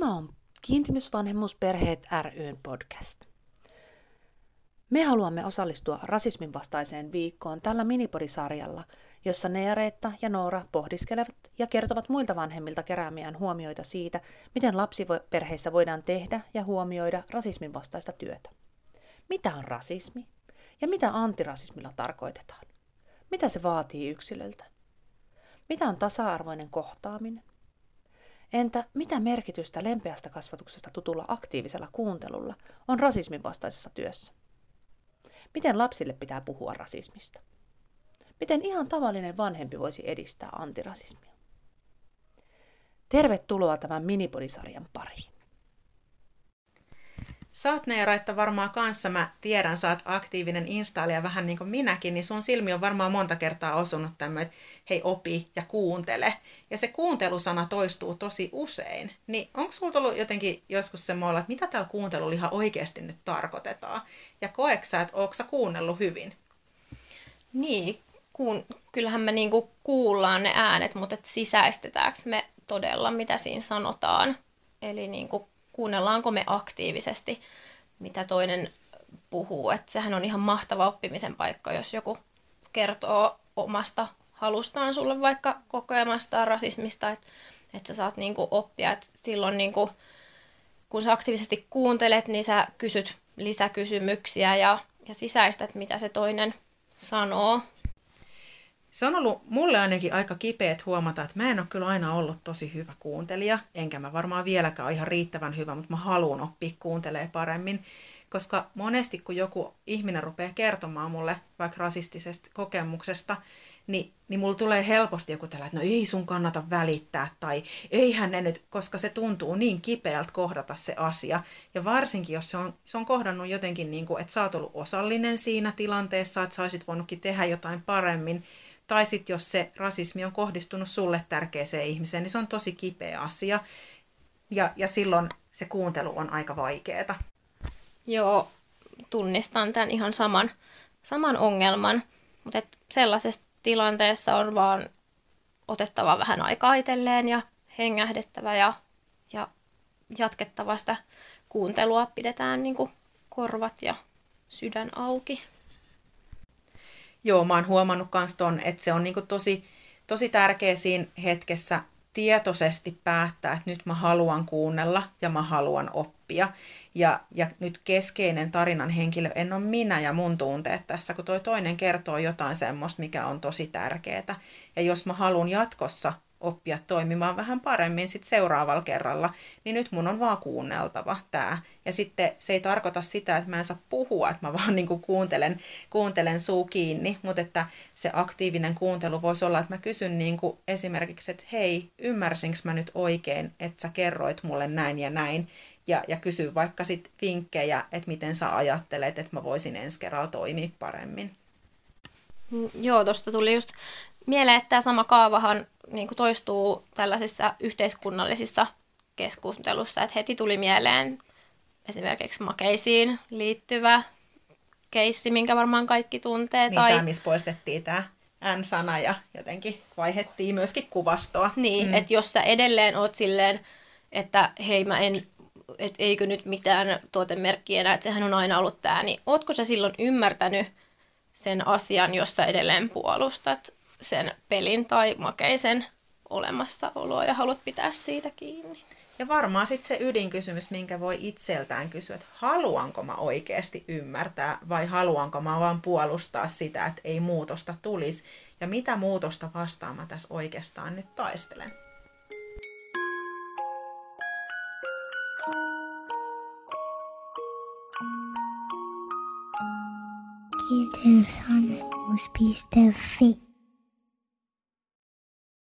Tämä on Kiintymysvanhemmuusperheet ry:n podcast. Me haluamme osallistua rasismin vastaiseen viikkoon tällä minipodisarjalla, jossa Neareetta ja Noora pohdiskelevat ja kertovat muilta vanhemmilta keräämiään huomioita siitä, miten lapsiperheissä voidaan tehdä ja huomioida rasismin vastaista työtä. Mitä on rasismi ja mitä antirasismilla tarkoitetaan? Mitä se vaatii yksilöltä? Mitä on tasa-arvoinen kohtaaminen? Entä mitä merkitystä lempeästä kasvatuksesta tutulla aktiivisella kuuntelulla on rasismin vastaisessa työssä? Miten lapsille pitää puhua rasismista? Miten ihan tavallinen vanhempi voisi edistää antirasismia? Tervetuloa tämän minipodisarjan pariin. Sä oot Neera, varmaan kanssa mä tiedän, sä oot aktiivinen instailija vähän niin kuin minäkin, niin sun silmi on varmaan monta kertaa osunut tämmöinen, että hei opi ja kuuntele. Ja se kuuntelusana toistuu tosi usein. Niin onko sulla tullut jotenkin joskus semmoilla, että mitä täällä kuuntelulla ihan oikeasti nyt tarkoitetaan? Ja koeks sä, että ootko sä kuunnellut hyvin? Niin, kyllähän me niinku kuullaan ne äänet, mutta et sisäistetäänkö me todella, mitä siinä sanotaan? Eli niinku kuunnellaanko me aktiivisesti, mitä toinen puhuu. Että sehän on ihan mahtava oppimisen paikka, jos joku kertoo omasta halustaan sulle vaikka kokemastaan rasismista, että sä saat niinku oppia. Et silloin niinku, kun sä aktiivisesti kuuntelet, niin sä kysyt lisäkysymyksiä ja sisäistät, mitä se toinen sanoo. Se on ollut mulle ainakin aika kipeät huomata, että mä en ole kyllä aina ollut tosi hyvä kuuntelija, enkä mä varmaan vieläkään ole ihan riittävän hyvä, mutta mä haluan oppia kuuntelemaan paremmin, koska monesti kun joku ihminen rupeaa kertomaan mulle vaikka rasistisesta kokemuksesta, niin mulla tulee helposti joku tällä, että no ei sun kannata välittää tai eihän ne nyt, koska se tuntuu niin kipeältä kohdata se asia. Ja varsinkin, jos se on kohdannut jotenkin, niin kuin, että sä oot ollut osallinen siinä tilanteessa, että sä olisit voinutkin tehdä jotain paremmin, tai sitten jos se rasismi on kohdistunut sulle tärkeäseen ihmiseen, niin se on tosi kipeä asia. Ja silloin se kuuntelu on aika vaikeaa. Joo, tunnistan tämän ihan saman ongelman, mutta sellaisessa tilanteessa on vaan otettava vähän aikaa itselleen ja hengähdettävä ja jatkettava sitä kuuntelua. Pidetään niin kuin korvat ja sydän auki. Joo, mä oon huomannut myös ton, että se on niinku tosi tärkeä siinä hetkessä tietoisesti päättää, että nyt mä haluan kuunnella ja mä haluan oppia. Ja nyt keskeinen tarinan henkilö en ole minä ja mun tunteet tässä, kun toi toinen kertoo jotain semmoista, mikä on tosi tärkeää. Ja jos mä haluan jatkossa oppia toimimaan vähän paremmin sit seuraavalla kerralla, niin nyt mun on vaan kuunneltava tää. Ja sitten se ei tarkoita sitä, että mä en saa puhua, että mä vaan niinku kuuntelen suu kiinni, mutta että se aktiivinen kuuntelu voisi olla, että mä kysyn niinku esimerkiksi, että hei, ymmärsinkö mä nyt oikein, että sä kerroit mulle näin ja näin, ja kysy vaikka sit vinkkejä, että miten sä ajattelet, että mä voisin ensi kerralla toimia paremmin. Joo, tuosta tuli just mieleen, että tämä sama kaavahan niin kuin toistuu tällaisissa yhteiskunnallisissa keskustelussa, että heti tuli mieleen esimerkiksi makeisiin liittyvä keissi, minkä varmaan kaikki tuntee. Niin, tämä, missä poistettiin tämä N-sana ja jotenkin vaihdettiin myöskin kuvastoa. Niin, että jos sä edelleen oot silleen, että hei että eikö nyt mitään tuotemerkkiä enää, että sehän on aina ollut tämä, niin ootko sä silloin ymmärtänyt sen asian, jossa edelleen puolustat sen pelin tai makeisen olemassaoloa ja haluat pitää siitä kiinni? Ja varmaan sitten se ydinkysymys, minkä voi itseltään kysyä, että haluanko mä oikeasti ymmärtää vai haluanko mä vaan puolustaa sitä, että ei muutosta tulisi. Ja mitä muutosta vastaan mä tässä oikeastaan nyt taistelen? Kiintymysvanhemmuus.fi